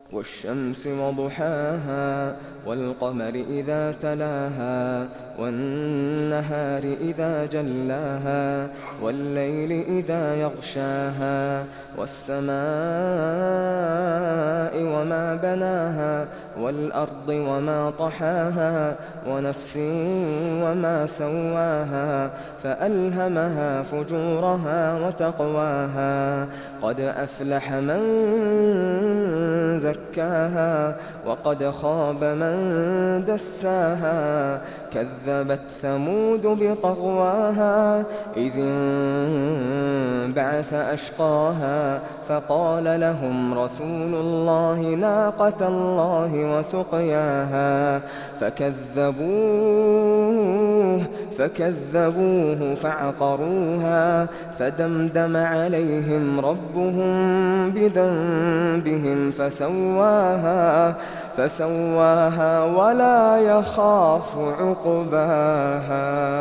والشمس وضحاها والقمر إذا تلاها والنهار إذا جلاها والليل إذا يغشاها والسماء وما بناها والأرض وما طحاها ونفس وما سواها فألهمها فجورها وتقواها قد أفلح من زكاها وقد خاب من دساها كذبت ثمود بطغواها إذ انبعث أشقاها فقال لهم رسول الله ناقة الله وسقياها فكذبوه فعقروها فدمدم عليهم ربهم بذنبهم فسواها ولا يخاف عقباها.